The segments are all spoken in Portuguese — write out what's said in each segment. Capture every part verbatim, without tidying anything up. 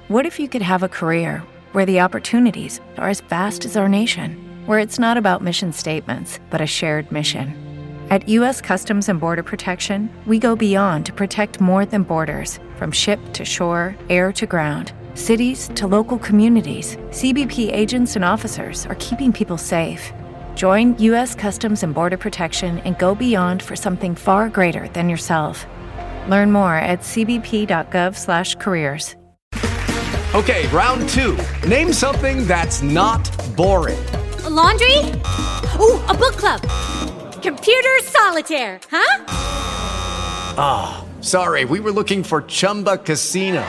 What if you could have a career where the opportunities are as vast as our nation, where it's not about mission statements, but a shared mission? At U S Customs and Border Protection, we go beyond to protect more than borders. From ship to shore, air to ground, cities to local communities, C B P agents and officers are keeping people safe. Join U S Customs and Border Protection and go beyond for something far greater than yourself. Learn more at c b p dot gov slash careers. Okay, round two. Name something that's not boring. A laundry? Ooh, a book club. Computer solitaire, huh? Ah, oh, sorry, we were looking for Chumba Casino.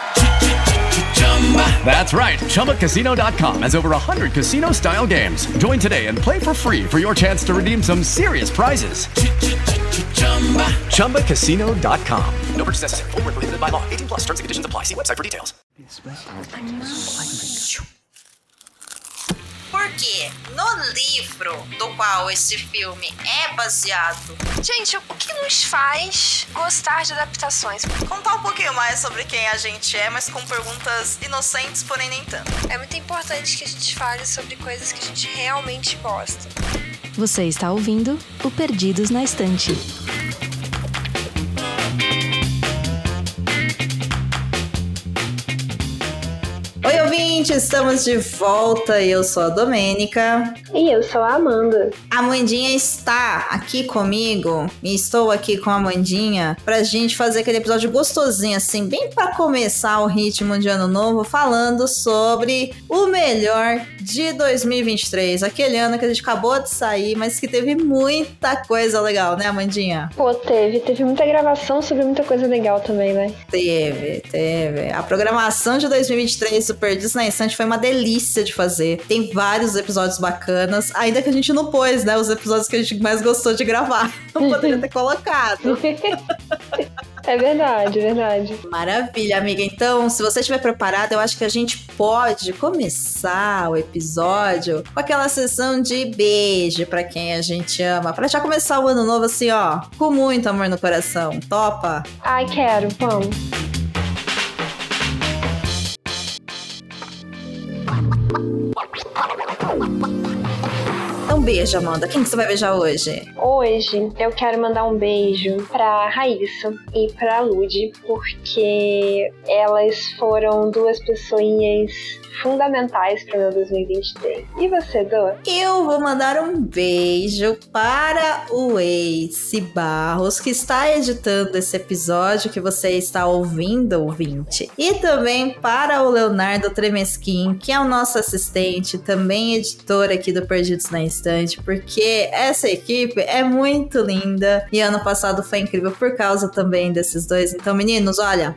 That's right, Chumba Casino dot com has over one hundred casino-style games. Join today and play for free for your chance to redeem some serious prizes. Chumba Casino dot com. No purchase necessary. Void where prohibited by law. eighteen plus terms and conditions apply. See website for details. Porque no livro do qual esse filme é baseado... Gente, o que nos faz gostar de adaptações? Contar um pouquinho mais sobre quem a gente é, mas com perguntas inocentes, porém nem tanto. É muito importante que a gente fale sobre coisas que a gente realmente gosta. Você está ouvindo o Perdidos na Estante. Oi, ouvintes! Estamos de volta. Eu sou a Domênica. E eu sou a Amanda. A Amandinha está aqui comigo. E estou aqui com a Amandinha pra gente fazer aquele episódio gostosinho, assim, bem pra começar o ritmo de ano novo, falando sobre o melhor de dois mil e vinte e três. Aquele ano que a gente acabou de sair, mas que teve muita coisa legal, né, Amandinha? Pô, teve. Teve muita gravação sobre muita coisa legal também, né? Teve, teve. A programação de dois mil e vinte e três do Perdidos na Estante foi uma delícia de fazer. Tem vários episódios bacanas, ainda que a gente não pôs, né, os episódios que a gente mais gostou de gravar. Não poderia ter colocado. É verdade, é verdade. Maravilha, amiga. Então, se você estiver preparada, eu acho que a gente pode começar o episódio com aquela sessão de beijo pra quem a gente ama, pra já começar o ano novo assim, ó, com muito amor no coração. Topa? Ai, quero. Vamos. Então beijo, Amanda. Quem que você vai beijar hoje? Hoje eu quero mandar um beijo pra Raíssa e pra Lud, porque elas foram duas pessoinhas fundamentais para o meu dois mil e vinte e três. E você, Dô? Eu vou mandar um beijo para o Ace Barros, que está editando esse episódio que você está ouvindo, ouvinte. E também para o Leonardo Tremesquim, que é o nosso assistente, também editor aqui do Perdidos na Estante, porque essa equipe é muito linda e ano passado foi incrível por causa também desses dois. Então, meninos, olha,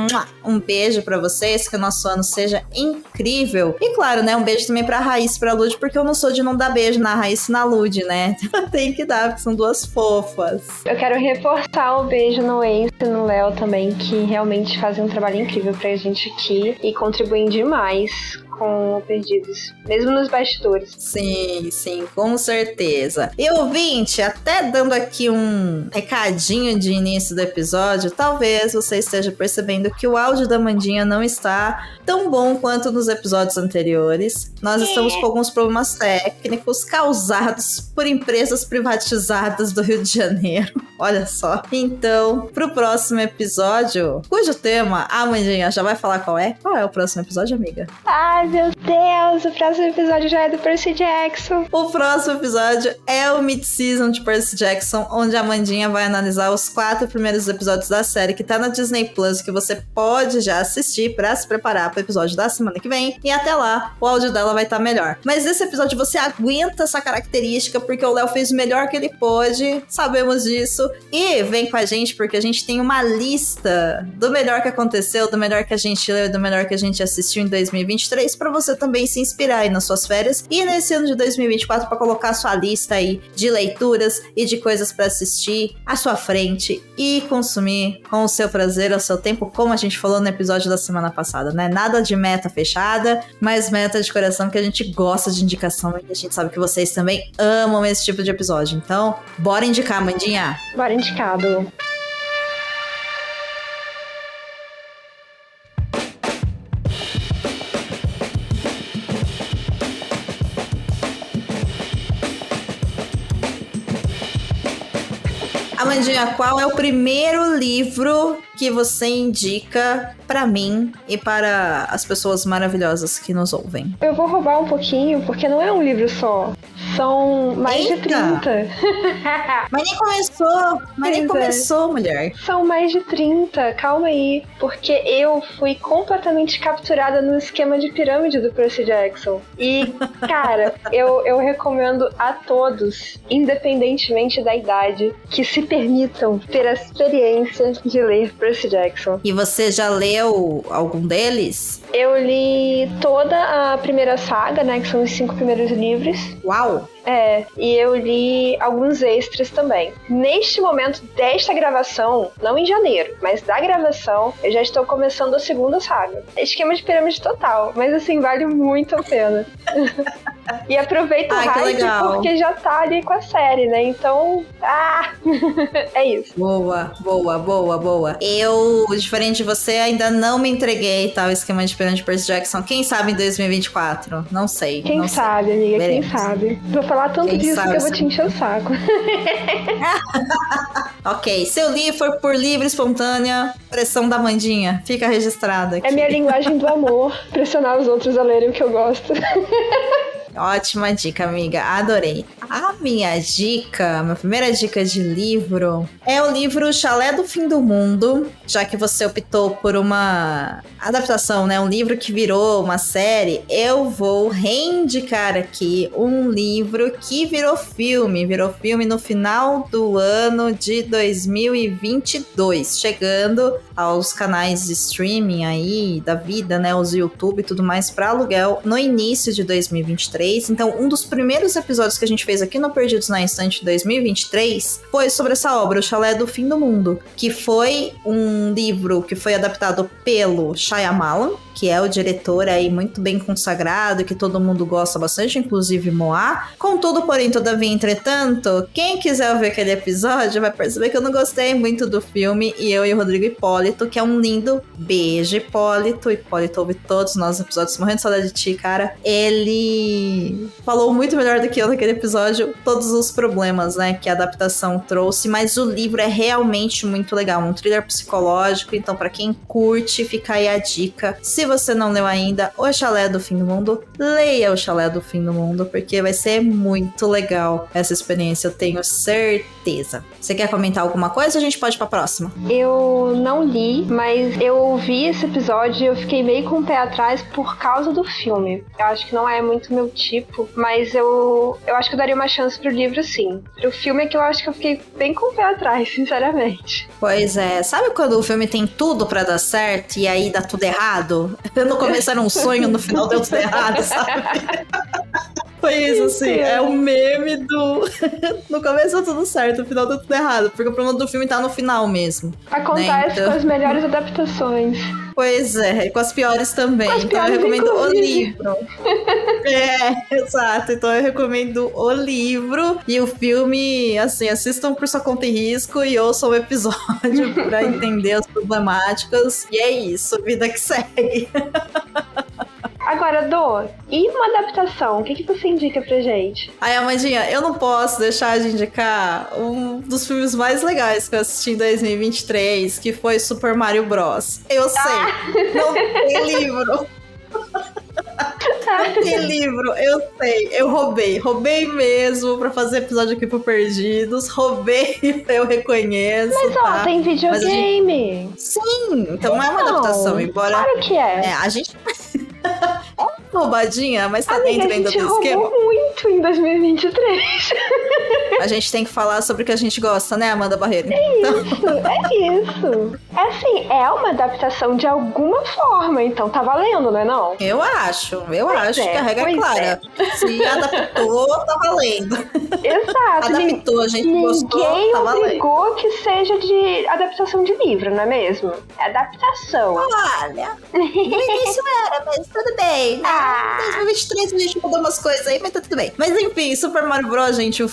um beijo para vocês, que o nosso ano seja incrível. E claro, né, um beijo também pra Raíssa e pra Lud, porque eu não sou de não dar beijo na Raíssa e na Lud, né? Tem que dar, porque são duas fofas. Eu quero reforçar o beijo no Ace e no Léo também, que realmente fazem um trabalho incrível pra gente aqui e contribuem demais com o Perdidos, mesmo nos bastidores. Sim, sim, com certeza. E ouvinte, até dando aqui um recadinho de início do episódio, talvez você esteja percebendo que o áudio da Mandinha não está tão bom quanto nos episódios anteriores. Nós estamos com alguns problemas técnicos causados por empresas privatizadas do Rio de Janeiro. Olha só. Então, pro próximo episódio, cujo tema a Mandinha já vai falar qual é. Qual é o próximo episódio, amiga? Ai, meu Deus, o próximo episódio já é do Percy Jackson. O próximo episódio é o Mid-Season de Percy Jackson, onde a Amandinha vai analisar os quatro primeiros episódios da série que tá na Disney Plus, que você pode já assistir pra se preparar pro episódio da semana que vem. E até lá, o áudio dela vai estar melhor. Mas nesse episódio você aguenta essa característica, porque o Léo fez o melhor que ele pôde, sabemos disso. E vem com a gente, porque a gente tem uma lista do melhor que aconteceu, do melhor que a gente leu e do melhor que a gente assistiu em dois mil e vinte e três, pra você também se inspirar aí nas suas férias e nesse ano de dois mil e vinte e quatro pra colocar a sua lista aí de leituras e de coisas pra assistir à sua frente e consumir com o seu prazer, ao seu tempo, como a gente falou no episódio da semana passada, né? Nada de meta fechada, mas meta de coração, que a gente gosta de indicação e a gente sabe que vocês também amam esse tipo de episódio. Então, bora indicar, Mandinha? Bora indicado. Amandinha, qual é o primeiro livro que você indica pra mim e para as pessoas maravilhosas que nos ouvem? Eu vou roubar um pouquinho, porque não é um livro só. São mais Eita. de trinta. Mas nem começou, mas nem Pois é. começou, mulher. São mais de trinta, calma aí. Porque eu fui completamente capturada no esquema de pirâmide do Percy Jackson. E, cara, eu, eu recomendo a todos, independentemente da idade, que se permitam ter a experiência de ler Percy Jackson. E você já leu algum deles? Eu li toda a primeira saga, né, que são os cinco primeiros livros. Uau! É, e eu li alguns extras também. Neste momento desta gravação, não em janeiro, mas da gravação, eu já estou começando a segunda saga. Esquema de pirâmide total, mas assim, vale muito a pena. E aproveita o Ai, que hype legal. porque já tá ali com a série, né? Então, ah, é isso. Boa, boa, boa, boa. Eu, diferente de você, ainda não me entreguei, tá? O esquema de pirâmide de Percy Jackson. Quem sabe em dois mil e vinte e quatro? Não sei. Quem não sabe, sei. amiga, Veremos. quem sabe. Vou falar tanto Quem disso sabe, que eu vou sim. te encher o saco. Ok, se eu li for por livre, espontânea, pressão da Mandinha. Fica registrado aqui. É minha linguagem do amor, pressionar os outros a lerem o que eu gosto. Ótima dica, amiga. Adorei. A minha dica, minha primeira dica de livro é o livro Chalé do Fim do Mundo, já que você optou por uma adaptação, né? Um livro que virou uma série. Eu vou reindicar aqui um livro que virou filme. Virou filme no final do ano de dois mil e vinte e dois, chegando aos canais de streaming aí da vida, né? Os YouTube e tudo mais para aluguel no início de dois mil e vinte e três. Então, um dos primeiros episódios que a gente fez aqui no Perdidos na Estante de dois mil e vinte e três foi sobre essa obra, O Chalé do Fim do Mundo, que foi um livro que foi adaptado pelo Shyamalan, que é o diretor aí muito bem consagrado, que todo mundo gosta bastante, inclusive Moá. Contudo, porém, todavia, entretanto, quem quiser ver aquele episódio vai perceber que eu não gostei muito do filme, e eu e o Rodrigo Hipólito, que é um lindo beijo, Hipólito. Hipólito ouve todos os nossos episódios, morrendo de saudade de ti, cara. Ele falou muito melhor do que eu naquele episódio todos os problemas, né, que a adaptação trouxe, mas o livro é realmente muito legal, um thriller psicológico, então pra quem curte, fica aí a dica. Se você não leu ainda O Chalé do Fim do Mundo, leia O Chalé do Fim do Mundo, porque vai ser muito legal essa experiência, eu tenho certeza. Você quer comentar alguma coisa? A gente pode ir pra próxima. Eu não li, mas eu ouvi esse episódio e eu fiquei meio com o pé atrás por causa do filme. Eu acho que não é muito meu tipo, mas eu, eu acho que eu daria uma chance pro livro, sim. Pro filme é que eu acho que eu fiquei bem com o pé atrás, sinceramente. Pois é, sabe quando o filme tem tudo pra dar certo e aí dá tudo errado? No começo era um sonho, no final deu tudo errado, sabe? Foi isso, assim, é o meme do... No começo deu tudo certo, no final deu tudo errado, porque o problema do filme tá no final mesmo. Acontece, né? Então... com as melhores adaptações. Pois é, e com as piores também. As então piores, eu recomendo inclusive. o livro. É, exato. Então eu recomendo o livro e o filme, assim, assistam por sua conta e risco e ouçam o episódio pra entender as problemáticas. E é isso, vida que segue. Agora, Dô, e uma adaptação? O que, que você indica pra gente? Ai, Amandinha, eu não posso deixar de indicar um dos filmes mais legais que eu assisti em dois mil e vinte e três, que foi Super Mario Bros. Eu sei, ah. não tem livro. Não tem livro, eu sei. Eu roubei, roubei mesmo pra fazer episódio aqui pro Perdidos. Roubei, eu reconheço. Mas tá? ó, tem videogame. Gente... Sim, então não é uma adaptação, embora. Claro que é. É, a gente. É uma roubadinha, mas tá Amiga, dentro ainda do esquema. A gente roubou muito em dois mil e vinte e três. A gente tem que falar sobre o que a gente gosta, né, Amanda Barreiro? É então... isso, é isso. É assim, é uma adaptação de alguma forma, então tá valendo, não é não? Eu acho, eu pois acho é, que a regra é clara. É. Se adaptou, tá valendo. Exato. Adaptou, a gente Ninguém gostou, tá valendo. Ninguém obrigou que seja de adaptação de livro, não é mesmo? É adaptação. Olha, no início era, mas tudo bem. Né? Ah. Em dois mil e vinte e três a gente mudou umas coisas aí, mas tá tudo bem. Mas enfim, Super Mario Bros, gente, o filme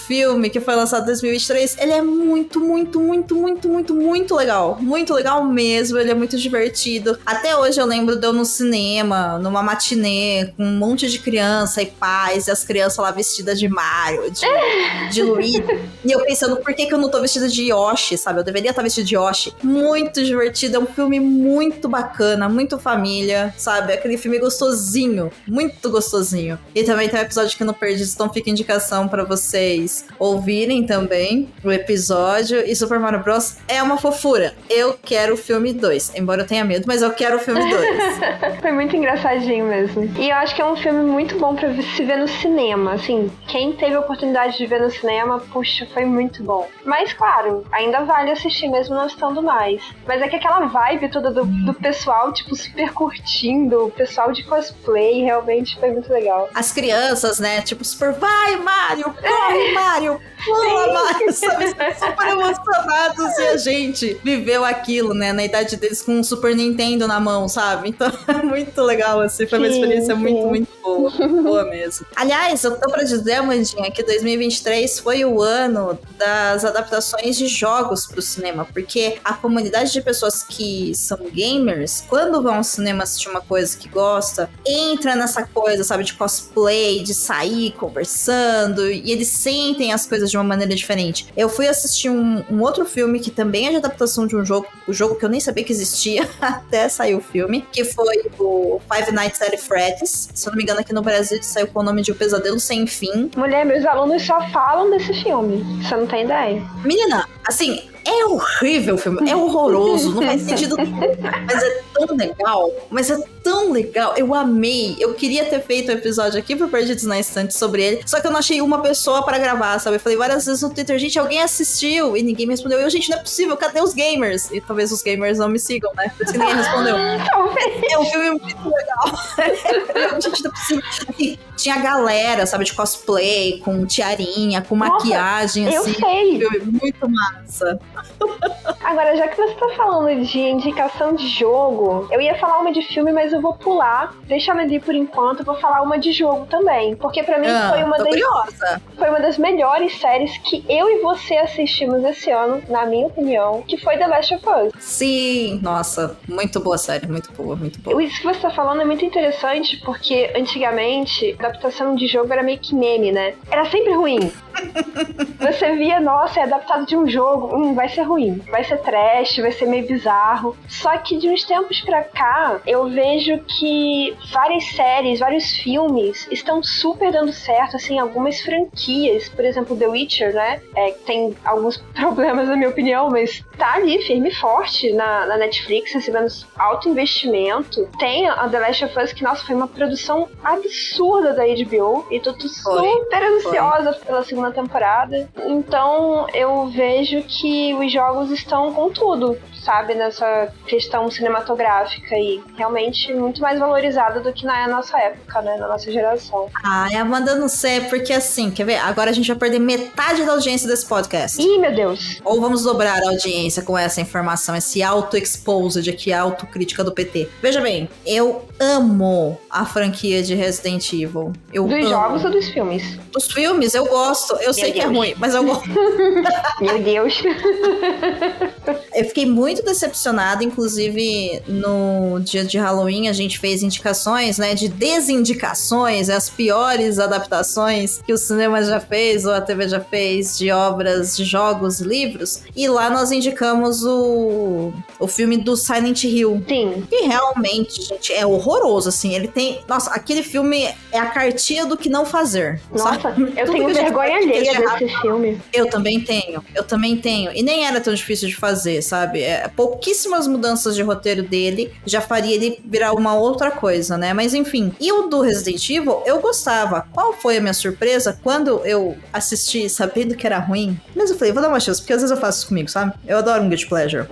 filme que foi lançado em dois mil e vinte e três, ele é muito, muito, muito, muito, muito, muito legal. Muito legal mesmo, ele é muito divertido. Até hoje eu lembro de eu no cinema, numa matinê, com um monte de criança e pais, e as crianças lá vestidas de Mario, de, de Luigi. E eu pensando, por que que eu não tô vestida de Yoshi, sabe? Eu deveria estar vestida de Yoshi. Muito divertido, é um filme muito bacana, muito família, sabe? Aquele filme gostosinho, muito gostosinho. E também tem um episódio que eu não perdi, então fica indicação pra vocês ouvirem também o episódio. E Super Mario Bros. É uma fofura. Eu quero o filme dois, embora eu tenha medo, mas eu quero o filme dois. Foi muito engraçadinho mesmo. E eu acho que é um filme muito bom pra se ver no cinema, assim. Quem teve a oportunidade de ver no cinema, puxa, foi muito bom. Mas, claro, ainda vale assistir mesmo não estando mais. Mas é que aquela vibe toda do, do pessoal, tipo, super curtindo, o pessoal de cosplay, realmente foi muito legal. As crianças, né, tipo, super, vai, Mario, corre, Mario, pula, Mario, sabe, super emocionados, e a gente viveu aquilo, né, na idade deles com um Super Nintendo na mão, sabe? Então, é muito legal, assim, foi uma Sim, experiência sim. muito, muito boa, muito boa mesmo. Aliás, eu tô pra dizer, Amandinha, que dois mil e vinte e três foi o ano das adaptações de jogos pro cinema, porque a comunidade de pessoas que são gamers, quando vão ao cinema assistir uma coisa que gosta, entra nessa coisa, sabe, de cosplay, de sair conversando, e eles sentem as coisas de uma maneira diferente. Eu fui assistir um, um outro filme que também é de adaptação de um jogo, o jogo que eu nem sabia que existia até sair o filme, que foi o Five Nights at Freddy's. Se eu não me engano, aqui no Brasil saiu com o nome de O Pesadelo Sem Fim. Mulher, meus alunos só falam desse filme. Você não tem ideia. Menina, assim, é horrível o filme, é horroroso, não faz sentido nenhum, mas é tão legal, mas é tão legal, eu amei, eu queria ter feito um episódio aqui pro Perdidos na Estante sobre ele, só que eu não achei uma pessoa pra gravar, sabe, eu falei várias vezes no Twitter, gente, alguém assistiu? E ninguém me respondeu, eu, gente, não é possível, cadê os gamers? E talvez os gamers não me sigam, né, por isso que ninguém respondeu. É um filme muito legal. Gente, não é possível. Assim, tinha galera, sabe, de cosplay, com tiarinha, com Nossa, maquiagem, eu assim, sei. filme muito massa. Agora, já que você tá falando de indicação de jogo, eu ia falar uma de filme, mas eu vou pular, deixa ela ali por enquanto, eu vou falar uma de jogo também, porque pra mim Ah, foi, uma tô das, curiosa. foi uma das melhores séries que eu e você assistimos esse ano, na minha opinião, que foi The Last of Us. Sim, nossa, muito boa série, muito boa, muito boa. Isso que você tá falando é muito interessante, porque antigamente a adaptação de jogo era meio que meme, né? Era sempre ruim. Você via, nossa, é adaptado de um jogo, hum, vai ser ruim, vai ser trash, vai ser meio bizarro. Só que de uns tempos pra cá, eu vejo que várias séries, vários filmes estão super dando certo, assim, algumas franquias, por exemplo, The Witcher, né? É, tem alguns problemas na minha opinião, mas tá ali firme e forte na, na Netflix, recebendo alto investimento. Tem a The Last of Us, que, nossa, foi uma produção absurda da H B O, e tô, tô super ansiosa foi. pela segunda temporada. Então eu vejo que os jogos estão com tudo, sabe, nessa questão cinematográfica e realmente muito mais valorizada do que na nossa época, né, na nossa geração. Ai, Amanda, não sei, porque assim, quer ver? Agora a gente vai perder metade da audiência desse podcast. Ih, meu Deus! Ou vamos dobrar a audiência com essa informação, esse auto-exposed aqui, a autocrítica do P T. Veja bem, eu amo a franquia de Resident Evil. Eu dos amo. jogos ou dos filmes? Dos filmes, eu gosto. Eu Meu sei Deus. que é ruim, mas eu gosto. Meu Deus! Eu fiquei muito decepcionada, inclusive no dia de Halloween a gente fez indicações, né, de desindicações, as piores adaptações que o cinema já fez ou a T V já fez de obras, de jogos, livros, e lá nós indicamos o, o filme do Silent Hill. Sim. E realmente, gente, é horroroso, assim, ele tem... Nossa, aquele filme é a cartilha do que não fazer. Nossa, sabe? eu Tudo tenho vergonha alheia desse filme. Eu também tenho, eu também tenho. E nem era tão difícil de fazer, sabe? É, pouquíssimas mudanças de roteiro dele já faria ele virar uma outra coisa, né? Mas enfim. E o do Resident Evil, eu gostava. Qual foi a minha surpresa? Quando eu assisti sabendo que era ruim, mas eu falei, vou dar uma chance, porque às vezes eu faço isso comigo, sabe? Eu adoro um guilty pleasure.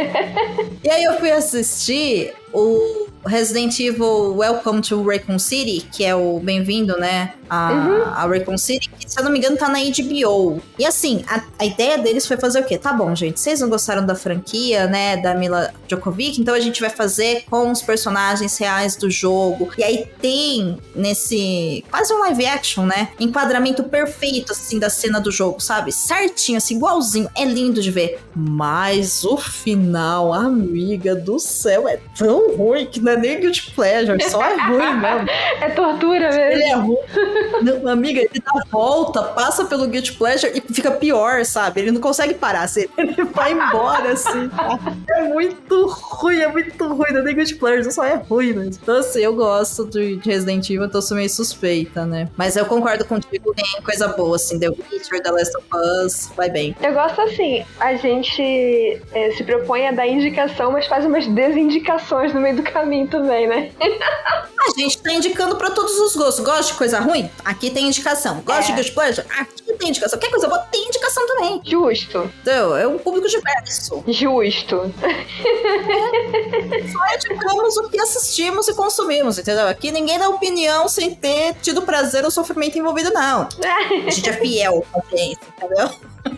E aí eu fui assistir o Resident Evil Welcome to Raccoon City, que é o bem-vindo, né, A, Uhum. a Raccoon City, que, se eu não me engano, tá na H B O. E assim, a, a ideia deles foi fazer o quê? Tá bom, gente, vocês não gostaram da franquia, né, da Mila Djokovic, então a gente vai fazer com os personagens reais do jogo. E aí tem nesse, quase um live action, né, enquadramento perfeito, assim, da cena do jogo, sabe? Certinho, assim, igualzinho. É lindo de ver. Mas o final, amiga do céu, é tão ruim que não é nem guilty pleasure, só é ruim mesmo. É tortura mesmo. Ele é ruim. Não, amiga, ele dá a volta, passa pelo guilty pleasure e fica pior, sabe? Ele não consegue parar, assim, ele vai embora, assim. Tá? É muito ruim, é muito ruim. Não tem guilty pleasure, só é ruim mesmo. Então, assim, eu gosto de Resident Evil, então eu sou meio suspeita, né? Mas eu concordo contigo, tem coisa boa, assim, The Witcher, The Last of Us, vai bem. Eu gosto assim, a gente é, se propõe a dar indicação, mas faz umas desindicações no meio do caminho também, né? A gente tá indicando pra todos os gostos. Gosta de coisa ruim? Aqui tem indicação. Gosta É. de guilty pleasure? Aqui tem indicação. Quer coisa boa? Tem indicação também. Justo, Então, é um público diverso. justo. Só indicamos o que assistimos e consumimos, entendeu? Aqui ninguém dá opinião sem ter tido prazer ou sofrimento envolvido, não. A gente é fiel à audiência, entendeu?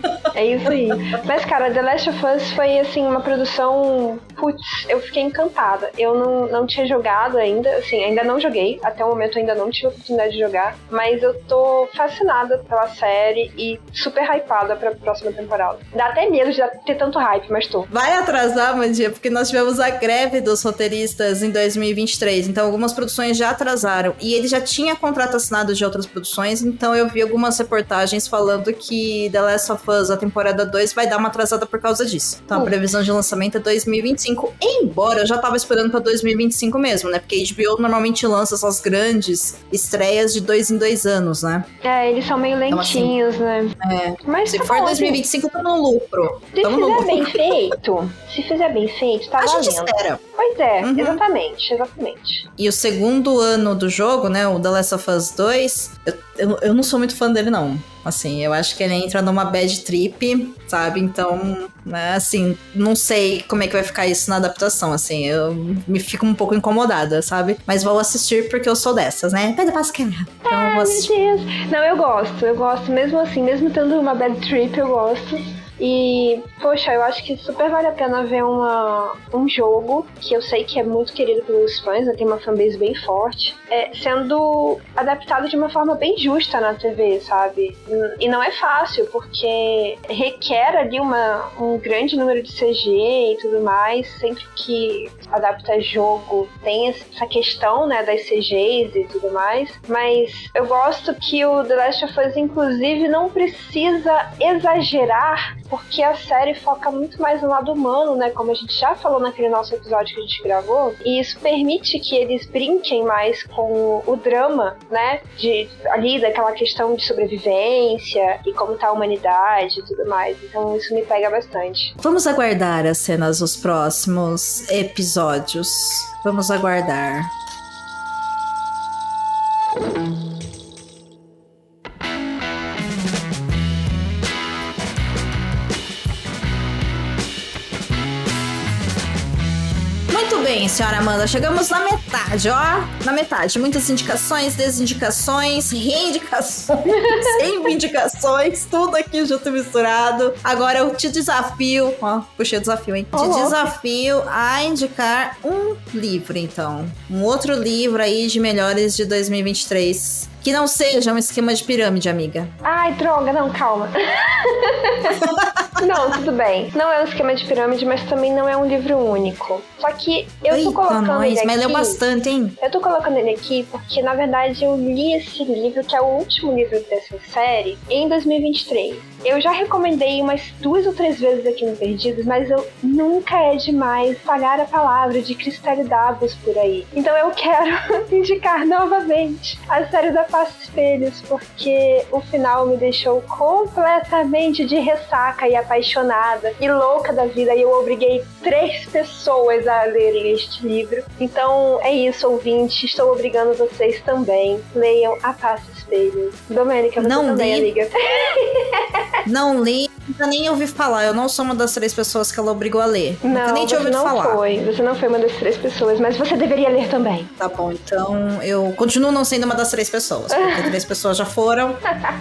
É isso aí. Mas, cara, The Last of Us foi, assim, uma produção... Putz, eu fiquei encantada. Eu não, não tinha jogado ainda, assim, ainda não joguei. Até o momento ainda não tive a oportunidade de jogar. Mas eu tô fascinada pela série e super hypada pra próxima temporada. Dá até medo de ter tanto hype, mas tô. Vai atrasar, Mandia, porque nós tivemos a greve dos roteiristas em dois mil e vinte e três. Então, algumas produções já atrasaram. E ele já tinha contrato assinado de outras produções. Então, eu vi algumas reportagens falando que The Last of Us, a temporada dois, vai dar uma atrasada por causa disso. Então, a previsão de lançamento é dois mil e vinte e cinco. Embora eu já tava esperando pra dois mil e vinte e cinco mesmo, né? Porque a H B O normalmente lança essas grandes estreias de dois em dois anos, né? É, eles são meio Então, assim, lentinhos, né? É. Mas Se tá for bom, dois mil e vinte e cinco, tamo no lucro. Se Tamo no fizer lucro. bem feito, se fizer bem feito, tá A valendo. gente espera. Pois é, Uhum. exatamente, exatamente. E o segundo ano do jogo, né, o The Last of Us dois, eu, eu, eu não sou muito fã dele, não. Assim, eu acho que ele entra numa bad trip, sabe? Então, né, assim, não sei como é que vai ficar isso na adaptação, assim. Eu me fico um pouco incomodada, sabe? Mas vou assistir porque eu sou dessas, né? Pedro Pascal. Então eu vou assistir. Meu Deus. Não, eu gosto, eu gosto. Mesmo assim, mesmo tendo uma bad trip, eu gosto. E, poxa, eu acho que super vale a pena ver uma, um jogo que eu sei que é muito querido pelos fãs, né, tem uma fanbase bem forte, é, sendo adaptado de uma forma bem justa na T V, sabe? E não é fácil, porque requer ali uma, um grande número de C G e tudo mais. Sempre que adapta jogo tem essa questão, né, das C Gs e tudo mais. Mas eu gosto que o The Last of Us, inclusive, não precisa exagerar, porque a série foca muito mais no lado humano, né? Como a gente já falou naquele nosso episódio que a gente gravou. E isso permite que eles brinquem mais com o drama, né? De, ali daquela questão de sobrevivência e como tá a humanidade e tudo mais. Então isso me pega bastante. Vamos aguardar as cenas dos próximos episódios. Vamos aguardar. Muito bem, senhora Amanda, chegamos na metade, ó. Na metade. Muitas indicações, desindicações, reindicações, reivindicações, tudo aqui junto e misturado. Agora eu te desafio, ó, puxei o desafio, hein? Te Oh. desafio a indicar um livro, então. Um outro livro aí de melhores de dois mil e vinte e três. Que não seja um esquema de pirâmide, amiga. Ai, droga, não, calma. Não, tudo bem. Não é um esquema de pirâmide, mas também não é um livro único. Só que eu tô Eita, colocando nós, ele mas leu aqui... bastante, hein? Eu tô colocando ele aqui porque, na verdade, eu li esse livro, que é o último livro dessa série, em dois mil e vinte e três. Eu já recomendei umas duas ou três vezes aqui no Perdidos, mas eu nunca é demais pagar a palavra de Cristália Davos por aí. Então eu quero indicar novamente a série da Passa Espelhos, porque o final me deixou completamente de ressaca e apaixonada e louca da vida, e eu obriguei três pessoas a lerem este livro. Então é isso, ouvinte, estou obrigando vocês também. Leiam A Passa Espelhos. Domênica, você Não também, li. amiga. Não li, nunca nem ouvi falar. Eu não sou uma das três pessoas que ela obrigou a ler. Não, nunca nem tinha você ouvido não falar. foi. Você não foi uma das três pessoas, mas você deveria ler também. Tá bom, então eu continuo não sendo uma das três pessoas, porque três pessoas já foram.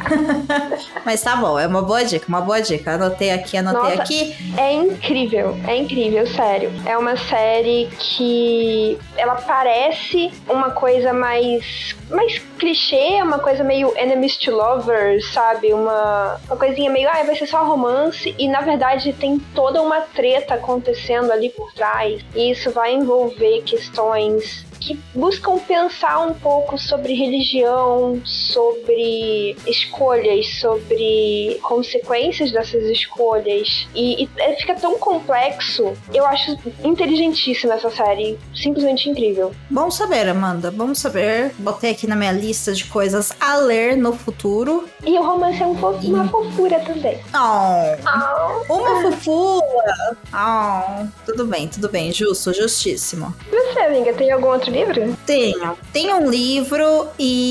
Mas tá bom, é uma boa dica, uma boa dica. Anotei aqui, anotei Nossa, aqui. É incrível, é incrível, sério. É uma série que ela parece uma coisa mais, mais clichê, uma coisa meio enemies to lovers, sabe? Uma, uma coisinha meio, ah, vai ser só romance, e na verdade tem toda uma treta acontecendo ali por trás, e isso vai envolver questões que buscam pensar um pouco sobre religião, sobre escolhas, sobre consequências dessas escolhas. E, e fica tão complexo. Eu acho inteligentíssima essa série. Simplesmente incrível. Bom saber, Amanda. Bom saber. Botei aqui na minha lista de coisas a ler no futuro. E o romance é um fo- uma fofura também. Oh, Oh. uma fofura. Oh, tudo bem, tudo bem. Justo, justíssimo. Você, amiga, tem algum outro livro? Tenho. Tenho um livro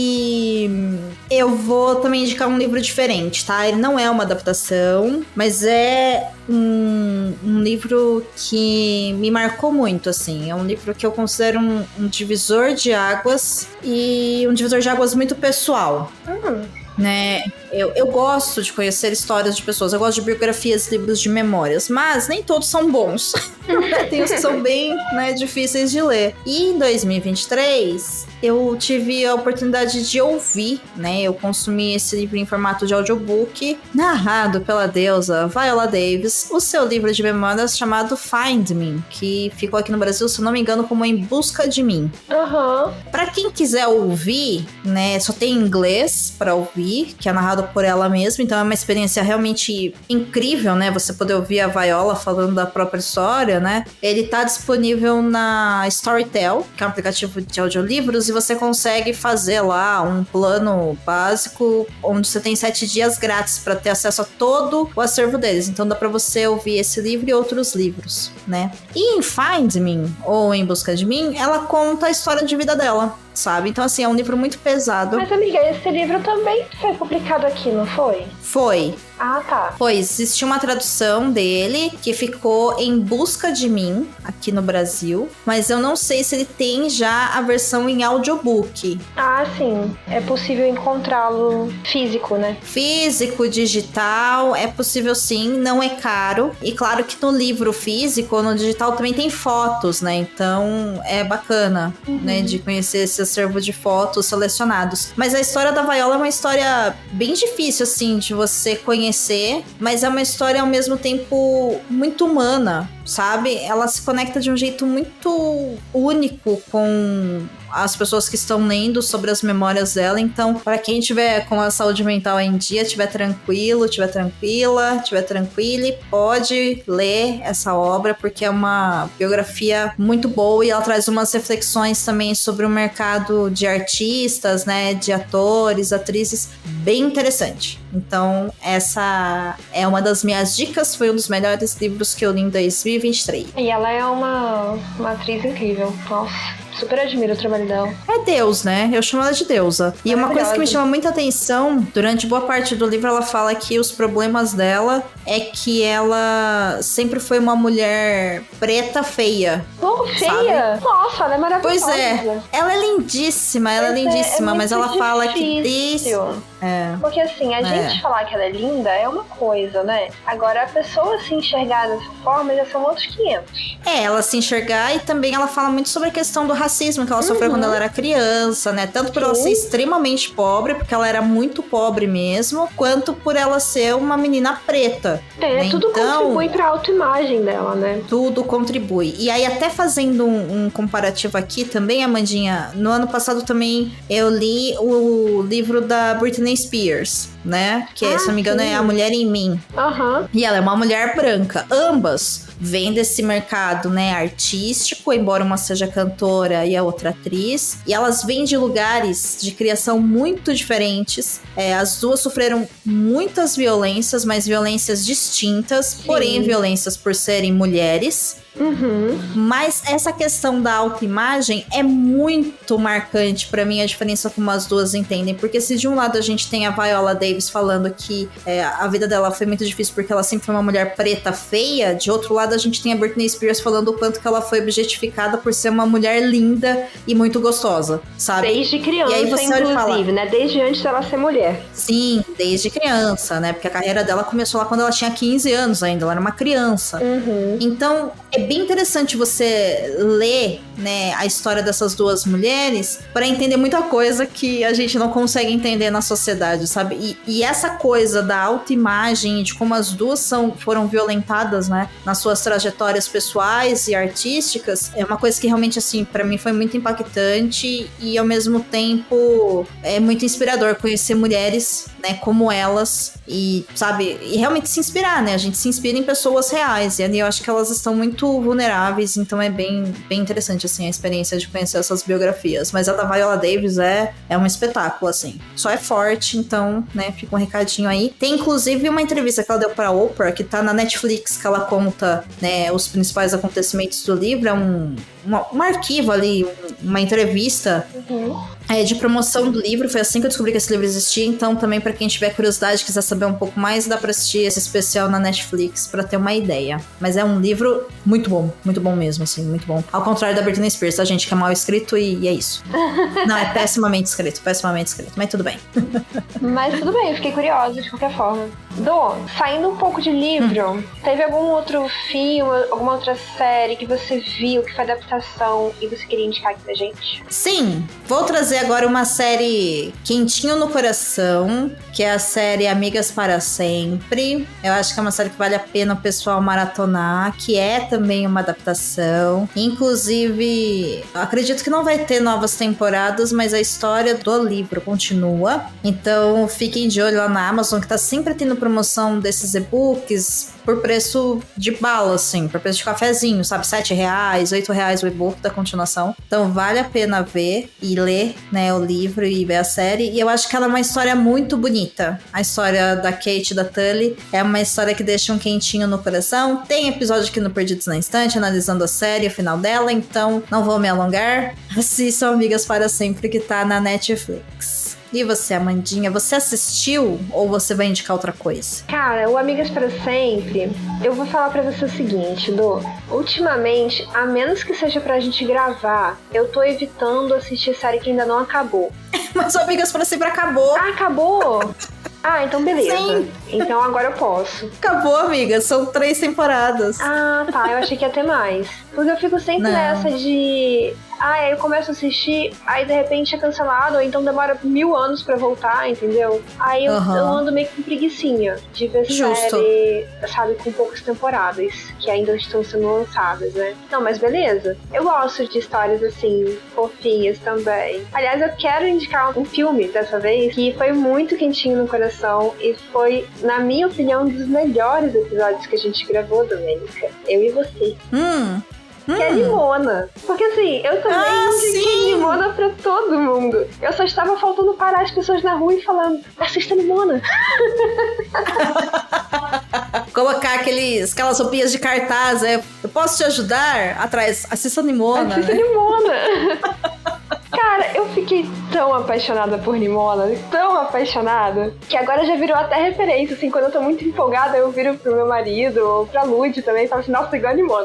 e eu vou também indicar um livro diferente, tá? Ele não é uma adaptação, mas é um, um livro que me marcou muito, assim. É um livro que eu considero um, um divisor de águas e um divisor de águas muito pessoal. Hum. Né? Eu, eu gosto de conhecer histórias de pessoas, eu gosto de biografias, livros de memórias, mas nem todos são bons. Tem uns que são bem, né, difíceis de ler. E em dois mil e vinte e três, eu tive a oportunidade de ouvir, né? Eu consumi esse livro em formato de audiobook, narrado pela deusa Viola Davis, o seu livro de memórias chamado Find Me, que ficou aqui no Brasil, se eu não me engano, como Em Busca de Mim. Aham. Pra quem quiser ouvir, né, só tem em inglês pra ouvir, que é narrado por ela mesma, então é uma experiência realmente incrível, né, você poder ouvir a Viola falando da própria história, né. Ele tá disponível na Storytel, que é um aplicativo de audiolivros, e você consegue fazer lá um plano básico, onde você tem sete dias grátis pra ter acesso a todo o acervo deles, então dá pra você ouvir esse livro e outros livros, né. E em Find Me, ou Em Busca de Mim, ela conta a história de vida dela, sabe? Então, assim, é um livro muito pesado. Mas, amiga, esse livro também foi publicado aqui, não foi? Foi. Ah, tá. Pois, existe uma tradução dele que ficou Em Busca de Mim, aqui no Brasil, mas eu não sei se ele tem já a versão em audiobook. Ah, sim. É possível encontrá-lo físico, né? Físico, digital, é possível sim, não é caro. E claro que no livro físico ou no digital também tem fotos, né? Então é bacana, uhum. né, de conhecer esse acervo de fotos selecionados. Mas a história da Viola é uma história bem difícil, assim, de você conhecer, mas é uma história ao mesmo tempo muito humana, sabe? Ela se conecta de um jeito muito único com as pessoas que estão lendo sobre as memórias dela. Então, para quem tiver com a saúde mental em dia, tiver tranquilo, tiver tranquila, tiver tranquile, pode ler essa obra, porque é uma biografia muito boa e ela traz umas reflexões também sobre o mercado de artistas, né, de atores, atrizes, bem interessante. Então, essa é uma das minhas dicas, foi um dos melhores livros que eu li em dois mil e vinte e três. E ela é uma, uma atriz incrível, nossa. Super admiro o trabalho dela. É Deus, né? Eu chamo ela de deusa. E uma coisa que me chama muita atenção, durante boa parte do livro ela fala que os problemas dela é que ela sempre foi uma mulher preta feia. Oh, feia? Sabe? Nossa, ela é maravilhosa. Pois é. Ela é lindíssima, ela mas é lindíssima, é, é mas ela difícil. Fala que desde... É. Porque assim, a é. gente falar que ela é linda é uma coisa, né? Agora, a pessoa se enxergar dessa forma já são outros quinhentos. É, ela se enxergar e também ela fala muito sobre a questão do racismo que ela uhum. sofreu quando ela era criança, né? Tanto por Sim. ela ser extremamente pobre, porque ela era muito pobre mesmo, quanto por ela ser uma menina preta. É, né? tudo então, contribui pra autoimagem dela, né? Tudo contribui. E aí, até fazendo um, um comparativo aqui também, Amandinha, no ano passado também eu li o livro da Britney Spears, né? Que, ah, se não me engano, sim. é A Mulher em Mim. Uhum. E ela é uma mulher branca. Ambas vêm desse mercado, né, artístico, embora uma seja cantora e a outra atriz. E elas vêm de lugares de criação muito diferentes. É, as duas sofreram muitas violências, mas violências distintas, sim. porém violências por serem mulheres. Uhum. Mas essa questão da autoimagem é muito marcante pra mim, a diferença como as duas entendem. Porque se de um lado a gente tem a Viola Davis falando que é, a vida dela foi muito difícil porque ela sempre foi uma mulher preta, feia, de outro lado a gente tem a Britney Spears falando o quanto que ela foi objetificada por ser uma mulher linda e muito gostosa, sabe? Desde criança, e aí você inclusive, fala, né? Desde antes dela ser mulher. Sim, desde criança, né? Porque a carreira dela começou lá quando ela tinha quinze anos ainda, ela era uma criança. Uhum. Então, é bem interessante você ler, né, a história dessas duas mulheres para entender muita coisa que a gente não consegue entender na sociedade, sabe? E, e essa coisa da autoimagem, de como as duas são, foram violentadas, né, nas suas trajetórias pessoais e artísticas, é uma coisa que realmente, assim, para mim foi muito impactante e, ao mesmo tempo, é muito inspirador conhecer mulheres, né, como elas e, sabe, e realmente se inspirar, né? A gente se inspira em pessoas reais e ali eu acho que elas estão muito vulneráveis, então é bem, bem interessante, assim, a experiência de conhecer essas biografias. Mas a da Viola Davis é, é um espetáculo, assim. Só é forte, então, né, fica um recadinho aí. Tem, inclusive, uma entrevista que ela deu pra Oprah, que tá na Netflix, que ela conta, né, os principais acontecimentos do livro. É um, uma, um arquivo ali, uma entrevista Uhum. é, de promoção do livro. Foi assim que eu descobri que esse livro existia, então também pra quem tiver curiosidade, quiser saber um pouco mais, dá pra assistir esse especial na Netflix pra ter uma ideia. Mas é um livro muito bom, muito bom mesmo, assim, muito bom. Ao contrário da Britney Spears, a gente que é mal escrito e, e é isso. Não, é pessimamente escrito, pessimamente escrito, mas tudo bem. Mas tudo bem, eu fiquei curiosa de qualquer forma. Dô, saindo um pouco de livro, hum. teve algum outro filme, alguma outra série que você viu, que foi adaptação e você queria indicar aqui pra gente? Sim, vou trazer agora uma série quentinho no coração, que é a série Amigas para Sempre. Eu acho que é uma série que vale a pena o pessoal maratonar, que é também uma adaptação. Inclusive, acredito que não vai ter novas temporadas, mas a história do livro continua. Então, fiquem de olho lá na Amazon, que tá sempre tendo promoção desses e-books por preço de bala, assim, por preço de cafezinho, sabe? sete reais, oito reais o e-book da continuação. Então, vale a pena ver e ler, né, o livro e ver a série. E eu acho que ela é uma história muito bonita. A história da Kate e da Tully é uma história que deixa um quentinho no coração. Tem episódio aqui no Perdidos na Estante, analisando a série, o final dela, então não vou me alongar. Assistam Amigas para Sempre, que tá na Netflix. E você, Amandinha, você assistiu ou você vai indicar outra coisa? Cara, o Amigas para Sempre, eu vou falar pra você o seguinte, Dô. Ultimamente, a menos que seja pra gente gravar, eu tô evitando assistir série que ainda não acabou. Mas o Amigas para Sempre acabou. Ah, acabou? Ah, então beleza. Sim. Então agora eu posso. Acabou, amiga. São três temporadas. Ah, tá. Eu achei que ia ter mais. Porque eu fico sempre não. nessa de... Ah, aí eu começo a assistir, aí de repente é cancelado, ou então demora mil anos pra voltar, entendeu? Aí eu, uhum. eu ando meio com preguicinha de ver Justo. série, sabe, com poucas temporadas, que ainda estão sendo lançadas, né? Não, mas beleza. Eu gosto de histórias, assim, fofinhas também. Aliás, eu quero indicar um filme dessa vez, que foi muito quentinho no coração, e foi, na minha opinião, um dos melhores episódios que a gente gravou, Domênica. Eu e você. Hum... Que é Nimona. Porque assim, eu também ah, indiquei sim. Nimona pra todo mundo. Eu só estava faltando parar as pessoas na rua e falando, assista Nimona. Colocar aqueles, aquelas roupinhas de cartaz, é, eu posso te ajudar? Atrás, assista Nimona. Assista né? Nimona. Cara, eu fiquei tão apaixonada por Nimona, tão apaixonada, que agora já virou até referência, assim, quando eu tô muito empolgada, eu viro pro meu marido, ou pra Lud também, e falo assim, nossa, igual a Nimona.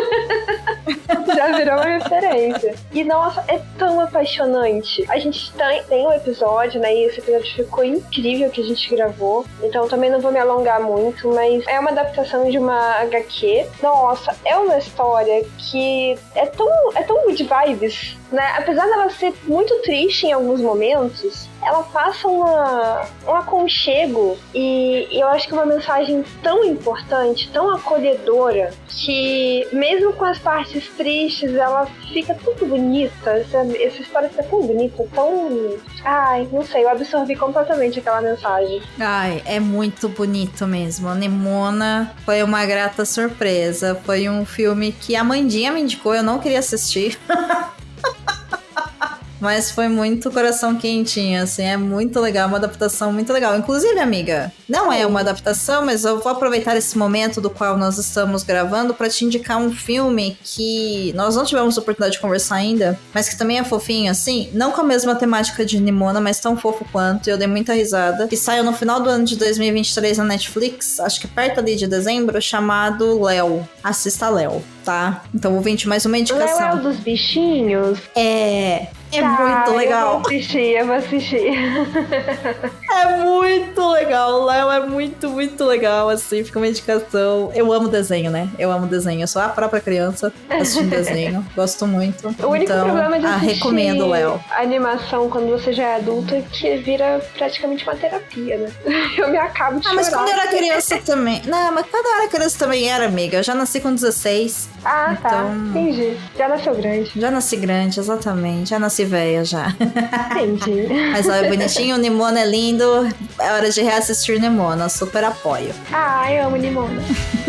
Já virou uma referência. E, nossa, é tão apaixonante. A gente tem, tem um episódio, né, e esse episódio ficou incrível que a gente gravou, então também não vou me alongar muito, mas é uma adaptação de uma agá quê. Nossa, é uma história que é tão, é tão good vibes, né, apesar dela ser muito triste em alguns momentos, ela passa uma, um aconchego e, e eu acho que uma mensagem tão importante, tão acolhedora, que mesmo com as partes tristes, ela fica tudo bonita. Essa, essa história fica tão bonita, tão... Ai, não sei, eu absorvi completamente aquela mensagem. Ai, é muito bonito mesmo. Nimona foi uma grata surpresa. Foi um filme que a Mandinha me indicou, eu não queria assistir. Mas foi muito coração quentinho, assim, é muito legal, uma adaptação muito legal. Inclusive, amiga, não é uma adaptação, mas eu vou aproveitar esse momento do qual nós estamos gravando pra te indicar um filme que nós não tivemos oportunidade de conversar ainda, mas que também é fofinho, assim, não com a mesma temática de Nimona, mas tão fofo quanto, e eu dei muita risada, que saiu no final do ano de dois mil e vinte e três na Netflix, acho que perto ali de dezembro, chamado Léo. Assista Léo, tá? Então, ouvinte, mais uma indicação. Léo é o dos bichinhos? É... É tá, muito legal. Eu vou assistir, eu vou assistir. É muito legal. O Léo é muito, muito legal, assim. Fica uma indicação. Eu amo desenho, né? Eu amo desenho. Eu sou a própria criança assistindo desenho. Gosto muito. O único então, problema de ah, assistir recomendo, Léo. a animação quando você já é adulto é que vira praticamente uma terapia, né? Eu me acabo de Ah, chorar. mas quando eu era criança também. Não, mas quando eu era criança também era, amiga. Eu já nasci com dezesseis. Ah, então... tá. Entendi. Já nasceu grande. Já nasci grande, exatamente. Já nasci velha, já. Entendi. Mas olha, bonitinho, o Nimona é lindo. É hora de reassistir Nimona. Super apoio. Ah, eu amo Nimona.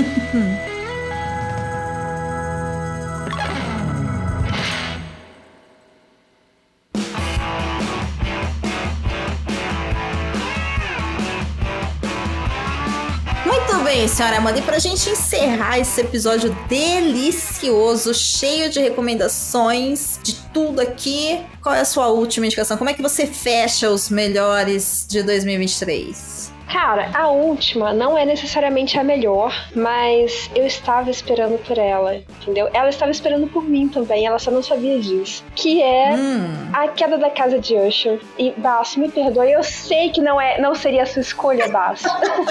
Muito bem, senhora Amanda, e pra gente encerrar esse episódio delicioso, cheio de recomendações de tudo aqui, qual é a sua última indicação? Como é que você fecha os melhores de dois mil e vinte e três? Cara, a última não é necessariamente a melhor, mas eu estava esperando por ela, entendeu? Ela estava esperando por mim também, ela só não sabia disso. Que é hum. A Queda da Casa de Usher. E, Basso, me perdoe, eu sei que não, é, não seria a sua escolha, Basso.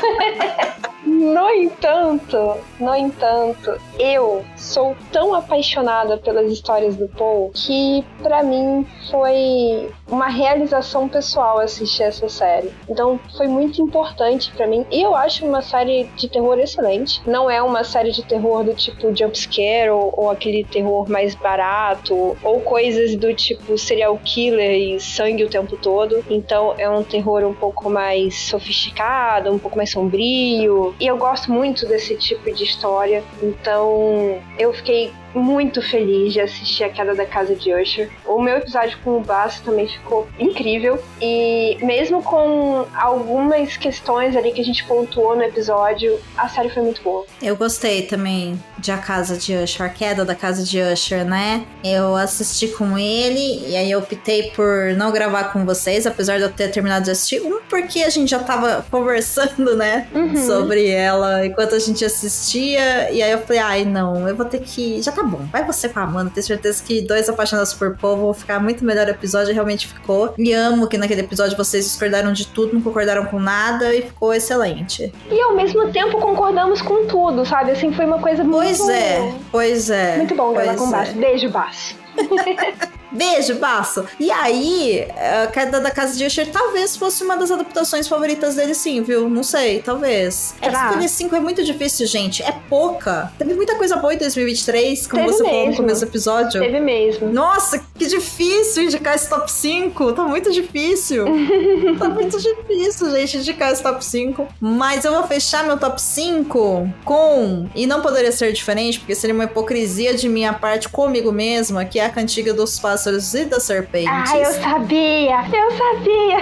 No entanto, no entanto, eu sou tão apaixonada pelas histórias do Paul que pra mim foi uma realização pessoal assistir essa série. Então foi muito importante pra mim. E eu acho uma série de terror excelente. Não é uma série de terror do tipo jumpscare ou, ou aquele terror mais barato ou coisas do tipo serial killer e sangue o tempo todo. Então é um terror um pouco mais sofisticado, um pouco mais sombrio. E eu gosto muito desse tipo de história. Então eu fiquei muito feliz de assistir A Queda da Casa de Usher. O meu episódio com o Basso também ficou incrível. E mesmo com algumas questões ali que a gente pontuou no episódio, a série foi muito boa. Eu gostei também de A Casa de Usher, A Queda da Casa de Usher, né? Eu assisti com ele e aí eu optei por não gravar com vocês, apesar de eu ter terminado de assistir. Um, porque a gente já tava conversando, né? Uhum. Sobre ela enquanto a gente assistia. E aí eu falei, ai não, eu vou ter que... Já tá bom, vai você com a Amanda. Tenho certeza que dois apaixonados por povo vão ficar muito melhor o episódio. Realmente ficou. E amo que naquele episódio vocês discordaram de tudo, não concordaram com nada e ficou excelente. E ao mesmo tempo concordamos com tudo, sabe? Assim, foi uma coisa muito... Pois é, pois é. Muito bom gravar com o é. Basso. Beijo, Basso. Beijo, Basso. E aí, A Queda da Casa de Usher talvez fosse uma das adaptações favoritas dele, sim, viu? Não sei, talvez. É que escolher cinco é muito difícil, gente. É pouca. Teve muita coisa boa em dois mil e vinte e três, como Teve você mesmo. falou no começo do episódio. Teve mesmo. Nossa, que difícil indicar esse top cinco. Tá muito difícil. Tá muito difícil, gente, indicar esse top cinco. Mas eu vou fechar meu top cinco com... E não poderia ser diferente, porque seria uma hipocrisia de minha parte comigo mesma, que é a Cantiga dos Pássaros e das Serpentes. Ah, eu sabia! Eu sabia!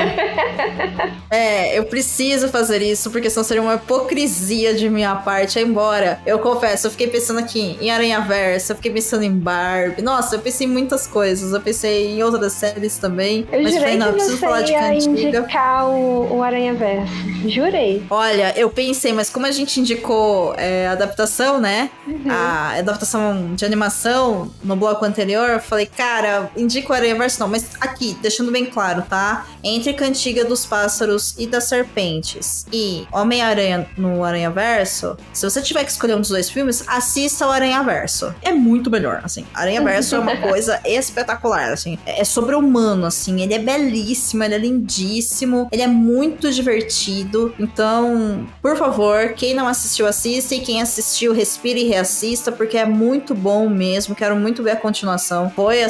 É. É, eu preciso fazer isso, porque senão seria uma hipocrisia de minha parte. Embora, eu confesso, eu fiquei pensando aqui em Aranhaverso, eu fiquei pensando em Barbie. Nossa, eu pensei em muitas coisas. Eu pensei em outras séries também. Eu mas jurei falei, não, que eu preciso você falar de ia Cantiga. indicar o, o Aranhaverso. Jurei. Olha, eu pensei, mas como a gente indicou é, adaptação, né? Uhum. A adaptação de animação no bloco anterior, eu falei, cara, indico o Aranhaverso não, mas aqui, deixando bem claro, tá? Entre Cantiga dos Pássaros e das Serpentes e Homem-Aranha no Aranhaverso, se você tiver que escolher um dos dois filmes, assista o Aranhaverso. É muito melhor, assim. Aranhaverso é uma coisa espetacular, assim. É sobre-humano, assim. Ele é belíssimo, ele é lindíssimo, ele é muito divertido. Então, por favor, quem não assistiu, assista, e quem assistiu, respire e reassista, porque é muito bom mesmo. Quero muito ver a continuação. Foi, assim,